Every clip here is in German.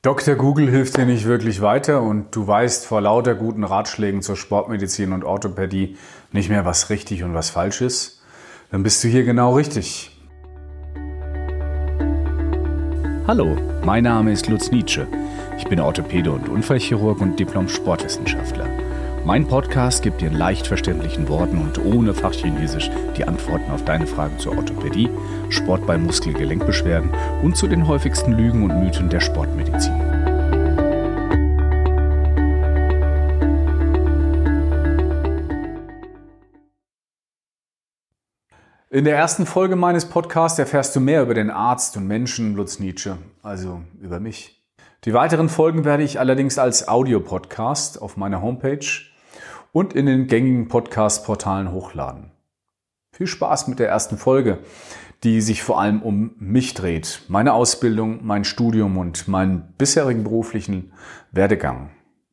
Dr. Google hilft dir nicht wirklich weiter und du weißt vor lauter guten Ratschlägen zur Sportmedizin und Orthopädie nicht mehr, was richtig und was falsch ist, dann bist du hier genau richtig. Hallo, mein Name ist Lutz Nietzsche. Ich bin Orthopäde und Unfallchirurg und Diplom-Sportwissenschaftler. Mein Podcast gibt dir in leicht verständlichen Worten und ohne Fachchinesisch die Antworten auf deine Fragen zur Orthopädie, Sport bei Muskel-Gelenkbeschwerden und zu den häufigsten Lügen und Mythen der Sportmedizin. In der ersten Folge meines Podcasts erfährst du mehr über den Arzt und Menschen Lutz Nietzsche, also über mich. Die weiteren Folgen werde ich allerdings als Audio-Podcast auf meiner Homepage und in den gängigen Podcast-Portalen hochladen. Viel Spaß mit der ersten Folge, die sich vor allem um mich dreht, meine Ausbildung, mein Studium und meinen bisherigen beruflichen Werdegang.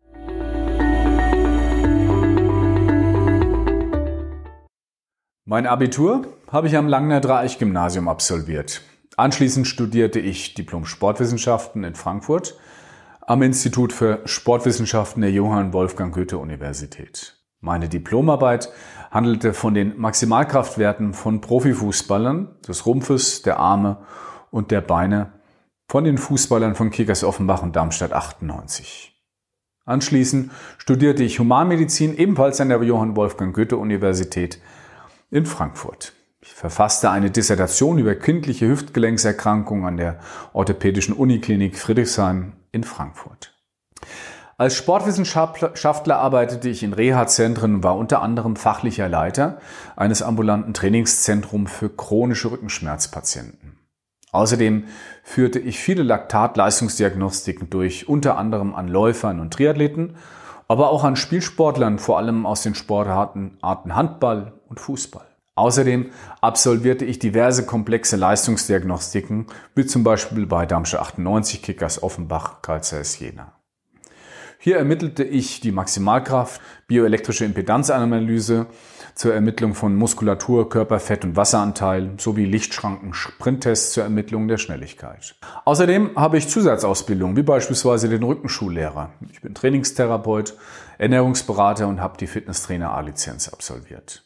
Mein Abitur habe ich am Langner Dreieich-Gymnasium absolviert. Anschließend studierte ich Diplom-Sportwissenschaften in Frankfurt am Institut für Sportwissenschaften der Johann Wolfgang Goethe-Universität. Meine Diplomarbeit handelte von den Maximalkraftwerten von Profifußballern, des Rumpfes, der Arme und der Beine von den Fußballern von Kickers Offenbach und Darmstadt 98. Anschließend studierte ich Humanmedizin ebenfalls an der Johann Wolfgang Goethe-Universität in Frankfurt. Ich verfasste eine Dissertation über kindliche Hüftgelenkserkrankungen an der Orthopädischen Uniklinik Friedrichshain in Frankfurt. Als Sportwissenschaftler arbeitete ich in Reha-Zentren und war unter anderem fachlicher Leiter eines ambulanten Trainingszentrums für chronische Rückenschmerzpatienten. Außerdem führte ich viele Laktatleistungsdiagnostiken durch, unter anderem an Läufern und Triathleten, aber auch an Spielsportlern, vor allem aus den Sportarten Handball und Fußball. Außerdem absolvierte ich diverse komplexe Leistungsdiagnostiken, wie zum Beispiel bei Darmstadt 98, Kickers Offenbach, Carl Zeiss Jena. Hier ermittelte ich die Maximalkraft, bioelektrische Impedanzanalyse zur Ermittlung von Muskulatur, Körperfett und Wasseranteil sowie Lichtschranken-Sprinttests zur Ermittlung der Schnelligkeit. Außerdem habe ich Zusatzausbildung, wie beispielsweise den Rückenschullehrer. Ich bin Trainingstherapeut, Ernährungsberater und habe die Fitnesstrainer A-Lizenz absolviert.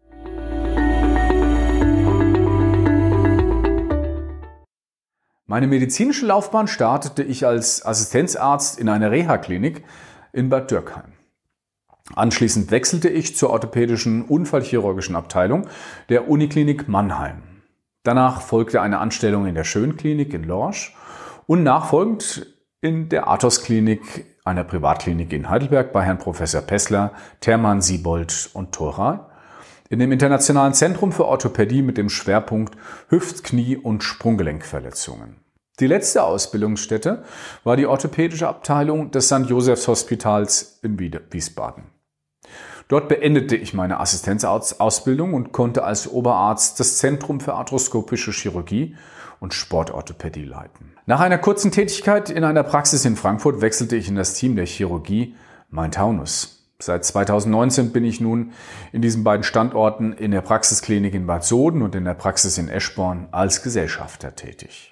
Meine medizinische Laufbahn startete ich als Assistenzarzt in einer Reha-Klinik in Bad Dürkheim. Anschließend wechselte ich zur orthopädischen Unfallchirurgischen Abteilung der Uniklinik Mannheim. Danach folgte eine Anstellung in der Schönklinik in Lorsch und nachfolgend in der Athos-Klinik, einer Privatklinik in Heidelberg bei Herrn Professor Pessler, Thermann, Siebold und Thora, in dem Internationalen Zentrum für Orthopädie mit dem Schwerpunkt Hüft-, Knie- und Sprunggelenkverletzungen. Die letzte Ausbildungsstätte war die orthopädische Abteilung des St. Josephs Hospitals in Wiesbaden. Dort beendete ich meine Assistenzausbildung und konnte als Oberarzt das Zentrum für arthroskopische Chirurgie und Sportorthopädie leiten. Nach einer kurzen Tätigkeit in einer Praxis in Frankfurt wechselte ich in das Team der Chirurgie Main-Taunus. Seit 2019 bin ich nun in diesen beiden Standorten in der Praxisklinik in Bad Soden und in der Praxis in Eschborn als Gesellschafter tätig.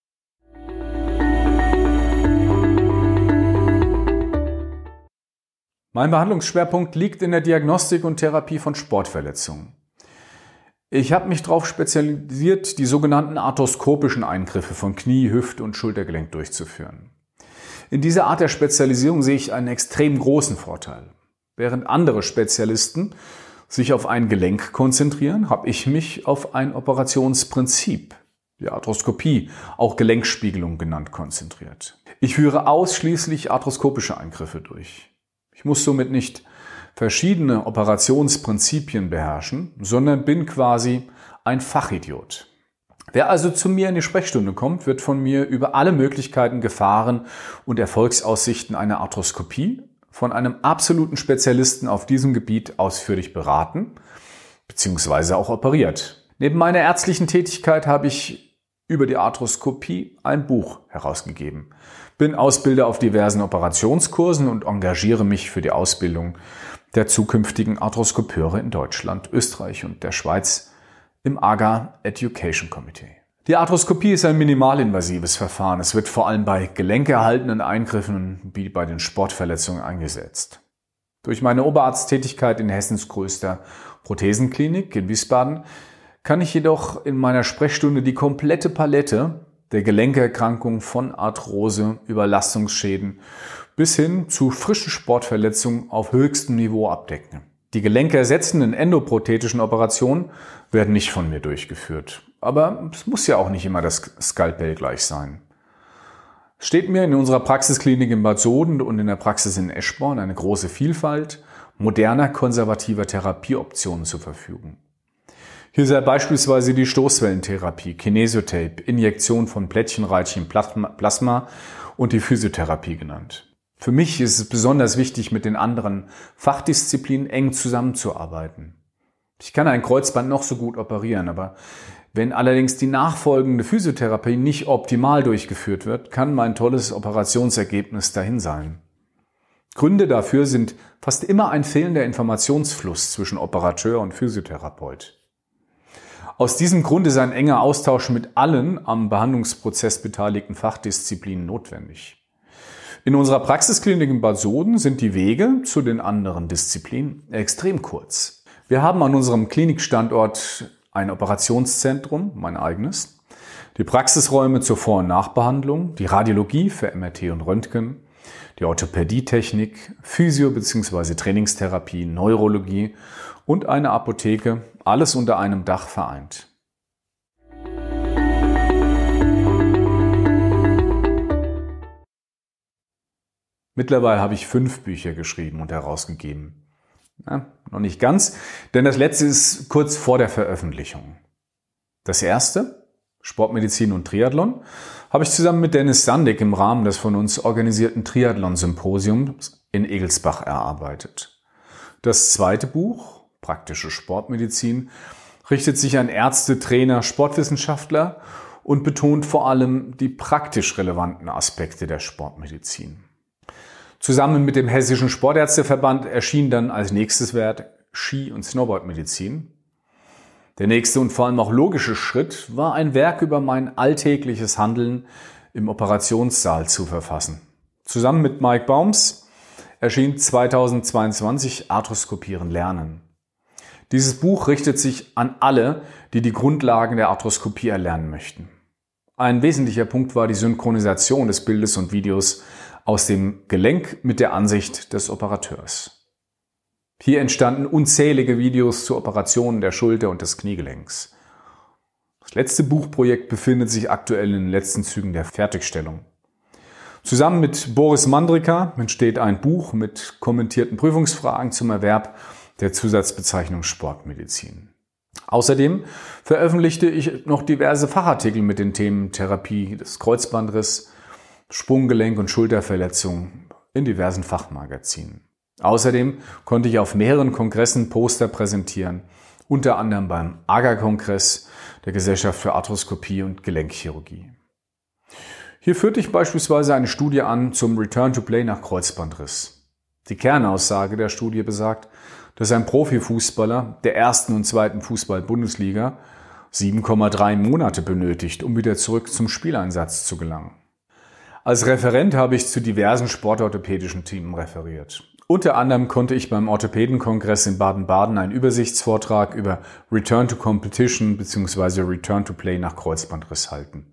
Mein Behandlungsschwerpunkt liegt in der Diagnostik und Therapie von Sportverletzungen. Ich habe mich darauf spezialisiert, die sogenannten arthroskopischen Eingriffe von Knie-, Hüft- und Schultergelenk durchzuführen. In dieser Art der Spezialisierung sehe ich einen extrem großen Vorteil. Während andere Spezialisten sich auf ein Gelenk konzentrieren, habe ich mich auf ein Operationsprinzip, die Arthroskopie, auch Gelenkspiegelung genannt, konzentriert. Ich führe ausschließlich arthroskopische Eingriffe durch. Ich muss somit nicht verschiedene Operationsprinzipien beherrschen, sondern bin quasi ein Fachidiot. Wer also zu mir in die Sprechstunde kommt, wird von mir über alle Möglichkeiten, Gefahren und Erfolgsaussichten einer Arthroskopie von einem absoluten Spezialisten auf diesem Gebiet ausführlich beraten bzw. auch operiert. Neben meiner ärztlichen Tätigkeit habe ich über die Arthroskopie ein Buch herausgegeben. Bin Ausbilder auf diversen Operationskursen und engagiere mich für die Ausbildung der zukünftigen Arthroskopeure in Deutschland, Österreich und der Schweiz im AGA Education Committee. Die Arthroskopie ist ein minimalinvasives Verfahren. Es wird vor allem bei gelenkerhaltenden Eingriffen wie bei den Sportverletzungen eingesetzt. Durch meine Oberarzttätigkeit in Hessens größter Prothesenklinik in Wiesbaden kann ich jedoch in meiner Sprechstunde die komplette Palette der Gelenkerkrankungen von Arthrose, Überlastungsschäden bis hin zu frischen Sportverletzungen auf höchstem Niveau abdecken. Die gelenkersetzenden endoprothetischen Operationen werden nicht von mir durchgeführt. Aber es muss ja auch nicht immer das Skalpell gleich sein. Es steht mir in unserer Praxisklinik in Bad Soden und in der Praxis in Eschborn eine große Vielfalt moderner konservativer Therapieoptionen zur Verfügung. Hier sei beispielsweise die Stoßwellentherapie, Kinesiotape, Injektion von plättchenreichen Plasma und die Physiotherapie genannt. Für mich ist es besonders wichtig, mit den anderen Fachdisziplinen eng zusammenzuarbeiten. Ich kann ein Kreuzband noch so gut operieren, aber wenn allerdings die nachfolgende Physiotherapie nicht optimal durchgeführt wird, kann mein tolles Operationsergebnis dahin sein. Gründe dafür sind fast immer ein fehlender Informationsfluss zwischen Operateur und Physiotherapeut. Aus diesem Grund ist ein enger Austausch mit allen am Behandlungsprozess beteiligten Fachdisziplinen notwendig. In unserer Praxisklinik in Bad Soden sind die Wege zu den anderen Disziplinen extrem kurz. Wir haben an unserem Klinikstandort ein Operationszentrum, mein eigenes, die Praxisräume zur Vor- und Nachbehandlung, die Radiologie für MRT und Röntgen, die Orthopädietechnik, Physio- bzw. Trainingstherapie, Neurologie und eine Apotheke, alles unter einem Dach vereint. Mittlerweile habe ich 5 Bücher geschrieben und herausgegeben. Ja, noch nicht ganz, denn das letzte ist kurz vor der Veröffentlichung. Das erste, Sportmedizin und Triathlon, habe ich zusammen mit Dennis Sandig im Rahmen des von uns organisierten Triathlon-Symposiums in Egelsbach erarbeitet. Das zweite Buch, Praktische Sportmedizin, richtet sich an Ärzte, Trainer, Sportwissenschaftler und betont vor allem die praktisch relevanten Aspekte der Sportmedizin. Zusammen mit dem Hessischen Sportärzteverband erschien dann als nächstes Werk Ski- und Snowboardmedizin. Der nächste und vor allem auch logische Schritt war ein Werk über mein alltägliches Handeln im Operationssaal zu verfassen. Zusammen mit Mike Baums erschien 2022 Arthroskopieren lernen. Dieses Buch richtet sich an alle, die die Grundlagen der Arthroskopie erlernen möchten. Ein wesentlicher Punkt war die Synchronisation des Bildes und Videos aus dem Gelenk mit der Ansicht des Operateurs. Hier entstanden unzählige Videos zu Operationen der Schulter und des Kniegelenks. Das letzte Buchprojekt befindet sich aktuell in den letzten Zügen der Fertigstellung. Zusammen mit Boris Mandrika entsteht ein Buch mit kommentierten Prüfungsfragen zum Erwerb der Zusatzbezeichnung Sportmedizin. Außerdem veröffentlichte ich noch diverse Fachartikel mit den Themen Therapie des Kreuzbandriss, Sprunggelenk- und Schulterverletzungen in diversen Fachmagazinen. Außerdem konnte ich auf mehreren Kongressen Poster präsentieren, unter anderem beim AGA-Kongress der Gesellschaft für Arthroskopie und Gelenkchirurgie. Hier führte ich beispielsweise eine Studie an zum Return to Play nach Kreuzbandriss. Die Kernaussage der Studie besagt, dass ein Profifußballer der 1. und 2. Fußball-Bundesliga 7,3 Monate benötigt, um wieder zurück zum Spieleinsatz zu gelangen. Als Referent habe ich zu diversen sportorthopädischen Themen referiert. Unter anderem konnte ich beim Orthopädenkongress in Baden-Baden einen Übersichtsvortrag über Return to Competition bzw. Return to Play nach Kreuzbandriss halten.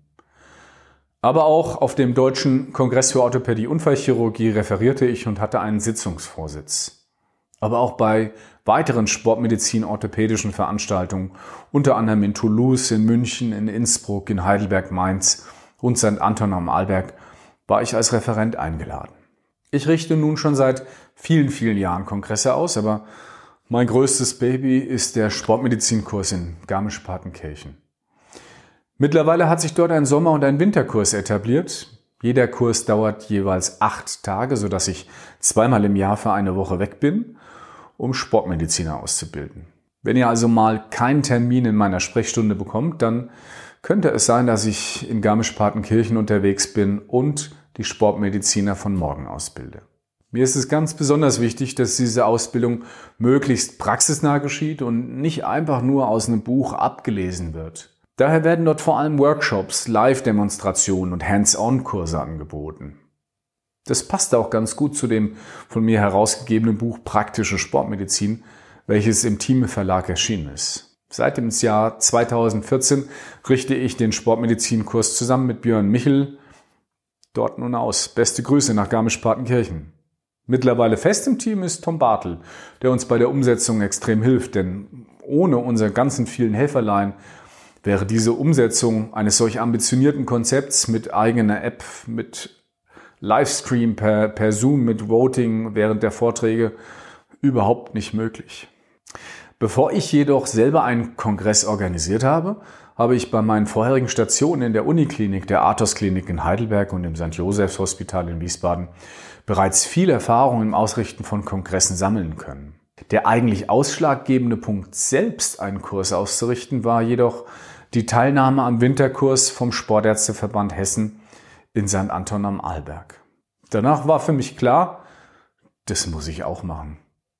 Aber auch auf dem Deutschen Kongress für Orthopädie-Unfallchirurgie referierte ich und hatte einen Sitzungsvorsitz. Aber auch bei weiteren sportmedizin-orthopädischen Veranstaltungen, unter anderem in Toulouse, in München, in Innsbruck, in Heidelberg, Mainz und St. Anton am Arlberg, war ich als Referent eingeladen. Ich richte nun schon seit vielen, vielen Jahren Kongresse aus, aber mein größtes Baby ist der Sportmedizinkurs in Garmisch-Partenkirchen. Mittlerweile hat sich dort ein Sommer- und ein Winterkurs etabliert. Jeder Kurs dauert jeweils 8 Tage, sodass ich 2-mal im Jahr für eine Woche weg bin, um Sportmediziner auszubilden. Wenn ihr also mal keinen Termin in meiner Sprechstunde bekommt, dann könnte es sein, dass ich in Garmisch-Partenkirchen unterwegs bin und die Sportmediziner von morgen ausbilde. Mir ist es ganz besonders wichtig, dass diese Ausbildung möglichst praxisnah geschieht und nicht einfach nur aus einem Buch abgelesen wird. Daher werden dort vor allem Workshops, Live-Demonstrationen und Hands-on-Kurse angeboten. Das passt auch ganz gut zu dem von mir herausgegebenen Buch Praktische Sportmedizin, welches im Thieme Verlag erschienen ist. Seit dem Jahr 2014 richte ich den Sportmedizinkurs zusammen mit Björn Michel dort nun aus. Beste Grüße nach Garmisch-Partenkirchen. Mittlerweile fest im Team ist Tom Bartel, der uns bei der Umsetzung extrem hilft, denn ohne unsere ganzen vielen Helferlein wäre diese Umsetzung eines solch ambitionierten Konzepts mit eigener App, mit Livestream per Zoom, mit Voting während der Vorträge überhaupt nicht möglich. Bevor ich jedoch selber einen Kongress organisiert habe, habe ich bei meinen vorherigen Stationen in der Uniklinik, der Athos-Klinik in Heidelberg und im St. Josephs Hospital in Wiesbaden bereits viel Erfahrung im Ausrichten von Kongressen sammeln können. Der eigentlich ausschlaggebende Punkt, selbst einen Kurs auszurichten, war jedoch die Teilnahme am Winterkurs vom Sportärzteverband Hessen in St. Anton am Arlberg. Danach war für mich klar, das muss ich auch machen.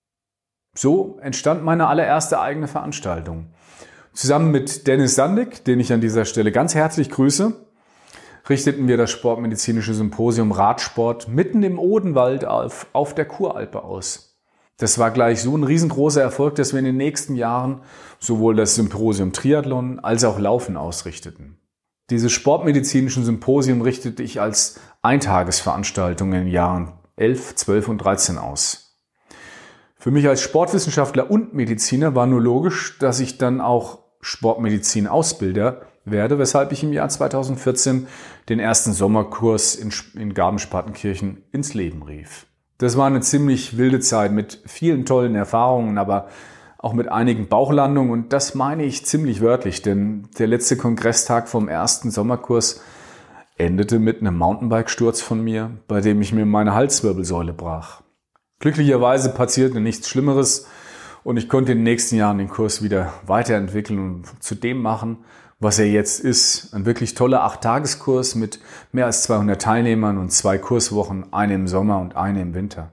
So entstand meine allererste eigene Veranstaltung. Zusammen mit Dennis Sandig, den ich an dieser Stelle ganz herzlich grüße, richteten wir das Sportmedizinische Symposium Radsport mitten im Odenwald auf der Kuralpe aus. Das war gleich so ein riesengroßer Erfolg, dass wir in den nächsten Jahren sowohl das Symposium Triathlon als auch Laufen ausrichteten. Dieses sportmedizinische Symposium richtete ich als Eintagesveranstaltung in den Jahren 11, 12 und 13 aus. Für mich als Sportwissenschaftler und Mediziner war nur logisch, dass ich dann auch Sportmedizin-Ausbilder werde, weshalb ich im Jahr 2014 den ersten Sommerkurs in Garmisch-Partenkirchen ins Leben rief. Das war eine ziemlich wilde Zeit mit vielen tollen Erfahrungen, aber auch mit einigen Bauchlandungen, und das meine ich ziemlich wörtlich, denn der letzte Kongresstag vom ersten Sommerkurs endete mit einem Mountainbike-Sturz von mir, bei dem ich mir meine Halswirbelsäule brach. Glücklicherweise passierte nichts Schlimmeres und ich konnte in den nächsten Jahren den Kurs wieder weiterentwickeln und zu dem machen, was er jetzt ist. Ein wirklich toller 8-Tageskurs mit mehr als 200 Teilnehmern und 2 Kurswochen, eine im Sommer und eine im Winter.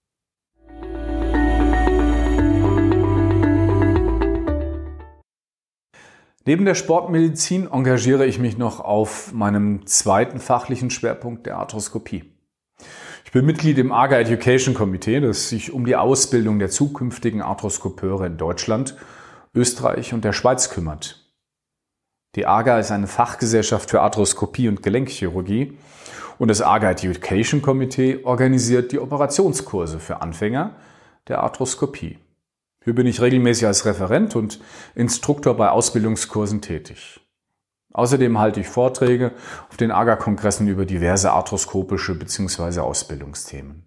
Neben der Sportmedizin engagiere ich mich noch auf meinem zweiten fachlichen Schwerpunkt der Arthroskopie. Ich bin Mitglied im AGA Education Committee, das sich um die Ausbildung der zukünftigen Arthroskopeure in Deutschland, Österreich und der Schweiz kümmert. Die AGA ist eine Fachgesellschaft für Arthroskopie und Gelenkchirurgie und das AGA Education Committee organisiert die Operationskurse für Anfänger der Arthroskopie. Hier bin ich regelmäßig als Referent und Instruktor bei Ausbildungskursen tätig. Außerdem halte ich Vorträge auf den AGA-Kongressen über diverse arthroskopische bzw. Ausbildungsthemen.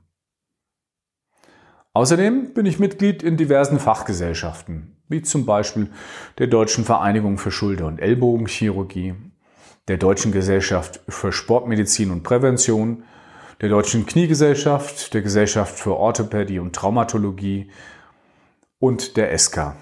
Außerdem bin ich Mitglied in diversen Fachgesellschaften, wie zum Beispiel der Deutschen Vereinigung für Schulter- und Ellbogenchirurgie, der Deutschen Gesellschaft für Sportmedizin und Prävention, der Deutschen Kniegesellschaft, der Gesellschaft für Orthopädie und Traumatologie und der ESKA.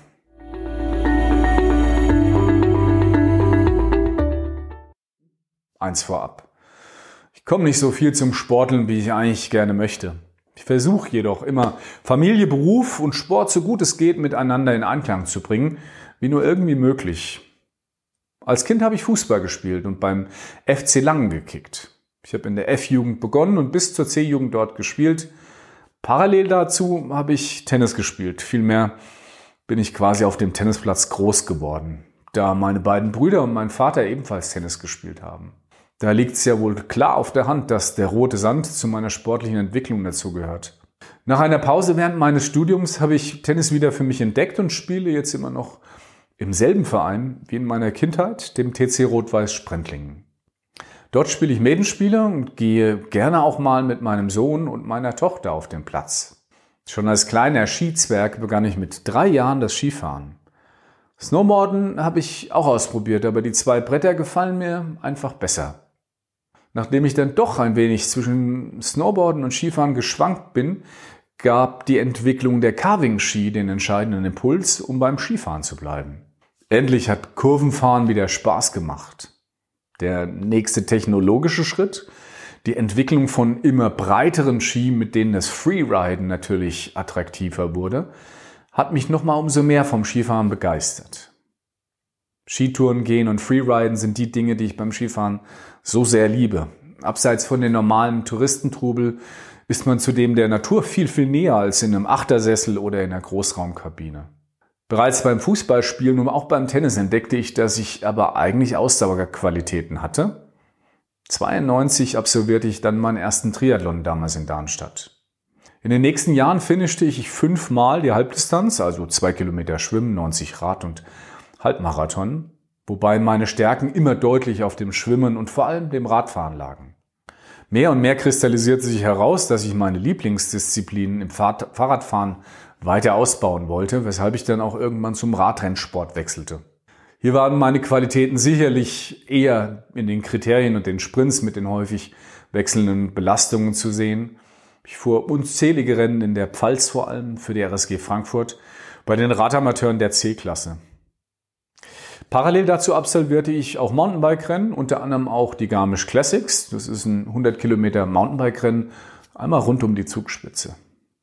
Eins vorab. Ich komme nicht so viel zum Sporteln, wie ich eigentlich gerne möchte. Ich versuche jedoch immer, Familie, Beruf und Sport so gut es geht miteinander in Einklang zu bringen, wie nur irgendwie möglich. Als Kind habe ich Fußball gespielt und beim FC Langen gekickt. Ich habe in der F-Jugend begonnen und bis zur C-Jugend dort gespielt. Parallel dazu habe ich Tennis gespielt. Vielmehr bin ich quasi auf dem Tennisplatz groß geworden, da meine beiden Brüder und mein Vater ebenfalls Tennis gespielt haben. Da liegt es ja wohl klar auf der Hand, dass der rote Sand zu meiner sportlichen Entwicklung dazugehört. Nach einer Pause während meines Studiums habe ich Tennis wieder für mich entdeckt und spiele jetzt immer noch im selben Verein wie in meiner Kindheit, dem TC Rot-Weiß Sprentlingen. Dort spiele ich Medenspieler und gehe gerne auch mal mit meinem Sohn und meiner Tochter auf den Platz. Schon als kleiner Skizwerg begann ich mit 3 Jahren das Skifahren. Snowboarden habe ich auch ausprobiert, aber die 2 Bretter gefallen mir einfach besser. Nachdem ich dann doch ein wenig zwischen Snowboarden und Skifahren geschwankt bin, gab die Entwicklung der Carving-Ski den entscheidenden Impuls, um beim Skifahren zu bleiben. Endlich hat Kurvenfahren wieder Spaß gemacht. Der nächste technologische Schritt, die Entwicklung von immer breiteren Ski, mit denen das Freeriden natürlich attraktiver wurde, hat mich nochmal umso mehr vom Skifahren begeistert. Skitouren gehen und Freeriden sind die Dinge, die ich beim Skifahren so sehr liebe. Abseits von den normalen Touristentrubel ist man zudem der Natur viel, viel näher als in einem Achtersessel oder in einer Großraumkabine. Bereits beim Fußballspielen und auch beim Tennis entdeckte ich, dass ich aber eigentlich Ausdauerqualitäten hatte. 1992 absolvierte ich dann meinen ersten Triathlon damals in Darmstadt. In den nächsten Jahren finishte ich 5-mal die Halbdistanz, also 2 Kilometer Schwimmen, 90 Rad und Halbmarathon, wobei meine Stärken immer deutlich auf dem Schwimmen und vor allem dem Radfahren lagen. Mehr und mehr kristallisierte sich heraus, dass ich meine Lieblingsdisziplinen im Fahrradfahren weiter ausbauen wollte, weshalb ich dann auch irgendwann zum Radrennsport wechselte. Hier waren meine Qualitäten sicherlich eher in den Kriterien und den Sprints mit den häufig wechselnden Belastungen zu sehen. Ich fuhr unzählige Rennen in der Pfalz vor allem für die RSG Frankfurt, bei den Radamateuren der C-Klasse. Parallel dazu absolvierte ich auch Mountainbike-Rennen, unter anderem auch die Garmisch Classics. Das ist ein 100 Kilometer Mountainbike-Rennen, einmal rund um die Zugspitze.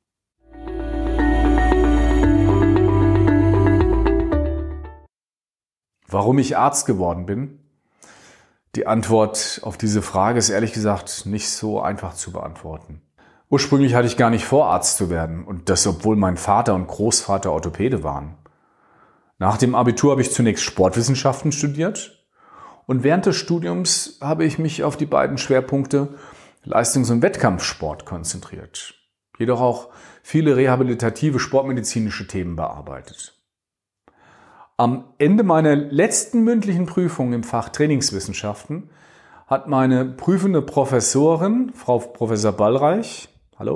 Warum ich Arzt geworden bin? Die Antwort auf diese Frage ist ehrlich gesagt nicht so einfach zu beantworten. Ursprünglich hatte ich gar nicht vor, Arzt zu werden, und das, obwohl mein Vater und Großvater Orthopäde waren. Nach dem Abitur habe ich zunächst Sportwissenschaften studiert und während des Studiums habe ich mich auf die beiden Schwerpunkte Leistungs- und Wettkampfsport konzentriert, jedoch auch viele rehabilitative sportmedizinische Themen bearbeitet. Am Ende meiner letzten mündlichen Prüfung im Fach Trainingswissenschaften hat meine prüfende Professorin, Frau Professor Ballreich,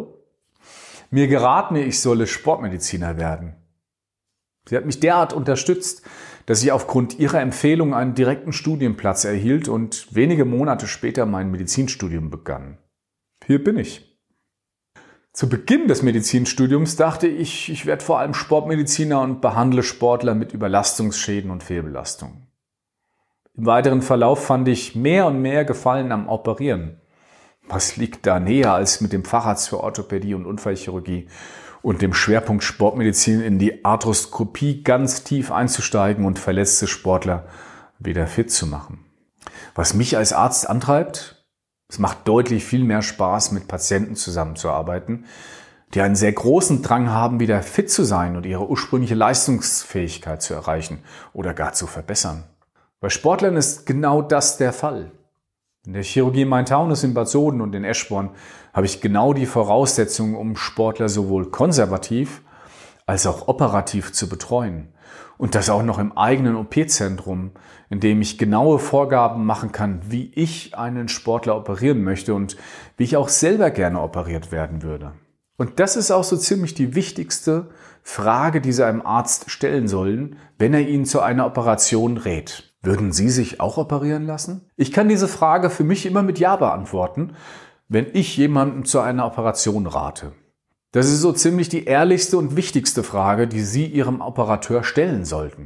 mir geraten, ich solle Sportmediziner werden. Sie hat mich derart unterstützt, dass ich aufgrund ihrer Empfehlung einen direkten Studienplatz erhielt und wenige Monate später mein Medizinstudium begann. Hier bin ich. Zu Beginn des Medizinstudiums dachte ich, ich werde vor allem Sportmediziner und behandle Sportler mit Überlastungsschäden und Fehlbelastungen. Im weiteren Verlauf fand ich mehr und mehr Gefallen am Operieren. Was liegt da näher, als mit dem Facharzt für Orthopädie und Unfallchirurgie und dem Schwerpunkt Sportmedizin in die Arthroskopie ganz tief einzusteigen und verletzte Sportler wieder fit zu machen. Was mich als Arzt antreibt? Es macht deutlich viel mehr Spaß, mit Patienten zusammenzuarbeiten, die einen sehr großen Drang haben, wieder fit zu sein und ihre ursprüngliche Leistungsfähigkeit zu erreichen oder gar zu verbessern. Bei Sportlern ist genau das der Fall. In der Chirurgie Main-Taunus in Bad Soden und in Eschborn habe ich genau die Voraussetzungen, um Sportler sowohl konservativ als auch operativ zu betreuen. Und das auch noch im eigenen OP-Zentrum, in dem ich genaue Vorgaben machen kann, wie ich einen Sportler operieren möchte und wie ich auch selber gerne operiert werden würde. Und das ist auch so ziemlich die wichtigste Frage, die Sie einem Arzt stellen sollen, wenn er Ihnen zu einer Operation rät. Würden Sie sich auch operieren lassen? Ich kann diese Frage für mich immer mit Ja beantworten, wenn ich jemandem zu einer Operation rate. Das ist so ziemlich die ehrlichste und wichtigste Frage, die Sie Ihrem Operateur stellen sollten.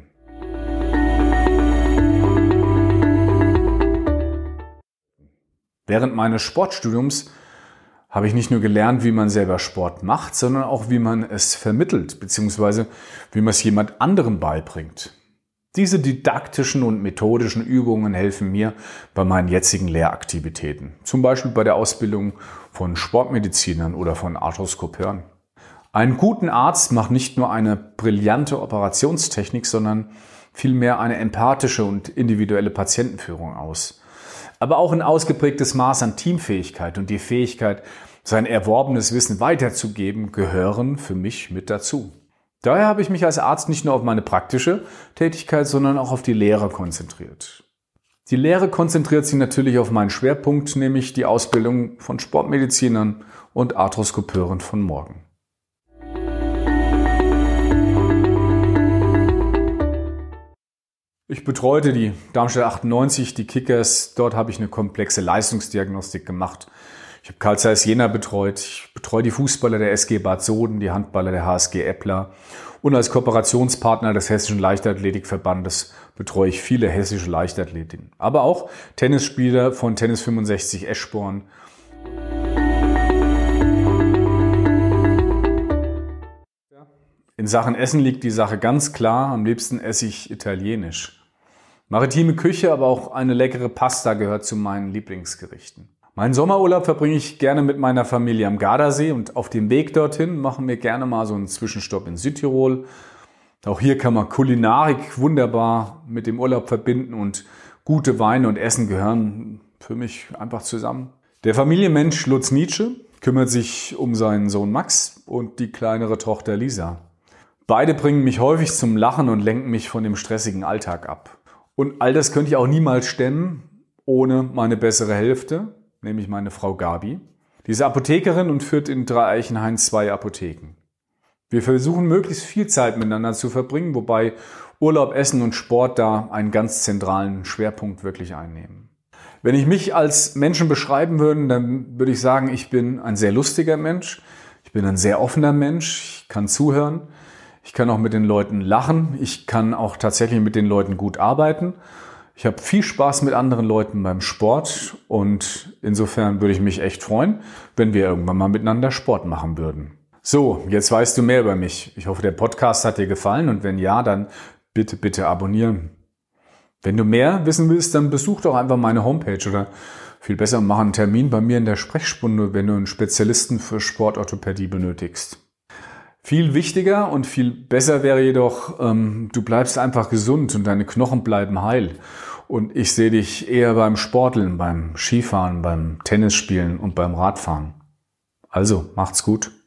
Während meines Sportstudiums habe ich nicht nur gelernt, wie man selber Sport macht, sondern auch, wie man es vermittelt, beziehungsweise wie man es jemand anderem beibringt. Diese didaktischen und methodischen Übungen helfen mir bei meinen jetzigen Lehraktivitäten, zum Beispiel bei der Ausbildung von Sportmedizinern oder von Arthroskopeuren. Einen guten Arzt macht nicht nur eine brillante Operationstechnik, sondern vielmehr eine empathische und individuelle Patientenführung aus. Aber auch ein ausgeprägtes Maß an Teamfähigkeit und die Fähigkeit, sein erworbenes Wissen weiterzugeben, gehören für mich mit dazu. Daher habe ich mich als Arzt nicht nur auf meine praktische Tätigkeit, sondern auch auf die Lehre konzentriert. Die Lehre konzentriert sich natürlich auf meinen Schwerpunkt, nämlich die Ausbildung von Sportmedizinern und Arthroskopeuren von morgen. Ich betreute die Darmstadt 98, die Kickers. Dort habe ich eine komplexe Leistungsdiagnostik gemacht. Ich habe Carl Zeiss Jena betreut. Ich betreue die Fußballer der SG Bad Soden, die Handballer der HSG Eppler. Und als Kooperationspartner des Hessischen Leichtathletikverbandes betreue ich viele hessische Leichtathletinnen. Aber auch Tennisspieler von Tennis 65 Eschborn. In Sachen Essen liegt die Sache ganz klar. Am liebsten esse ich italienisch. Maritime Küche, aber auch eine leckere Pasta gehört zu meinen Lieblingsgerichten. Meinen Sommerurlaub verbringe ich gerne mit meiner Familie am Gardasee und auf dem Weg dorthin machen wir gerne mal so einen Zwischenstopp in Südtirol. Auch hier kann man Kulinarik wunderbar mit dem Urlaub verbinden und gute Weine und Essen gehören für mich einfach zusammen. Der Familienmensch Lutz Nietzsche kümmert sich um seinen Sohn Max und die kleinere Tochter Lisa. Beide bringen mich häufig zum Lachen und lenken mich von dem stressigen Alltag ab. Und all das könnte ich auch niemals stemmen ohne meine bessere Hälfte, nämlich meine Frau Gabi. Die ist Apothekerin und führt in Dreieichenhain 2 Apotheken. Wir versuchen möglichst viel Zeit miteinander zu verbringen, wobei Urlaub, Essen und Sport da einen ganz zentralen Schwerpunkt wirklich einnehmen. Wenn ich mich als Menschen beschreiben würde, dann würde ich sagen, ich bin ein sehr lustiger Mensch, ich bin ein sehr offener Mensch, ich kann zuhören, ich kann auch mit den Leuten lachen, ich kann auch tatsächlich mit den Leuten gut arbeiten. Ich habe viel Spaß mit anderen Leuten beim Sport und insofern würde ich mich echt freuen, wenn wir irgendwann mal miteinander Sport machen würden. So, jetzt weißt du mehr über mich. Ich hoffe, der Podcast hat dir gefallen und wenn ja, dann bitte abonnieren. Wenn du mehr wissen willst, dann besuch doch einfach meine Homepage oder viel besser mach einen Termin bei mir in der Sprechstunde, wenn du einen Spezialisten für Sportorthopädie benötigst. Viel wichtiger und viel besser wäre jedoch, du bleibst einfach gesund und deine Knochen bleiben heil. Und ich sehe dich eher beim Sporteln, beim Skifahren, beim Tennisspielen und beim Radfahren. Also, macht's gut.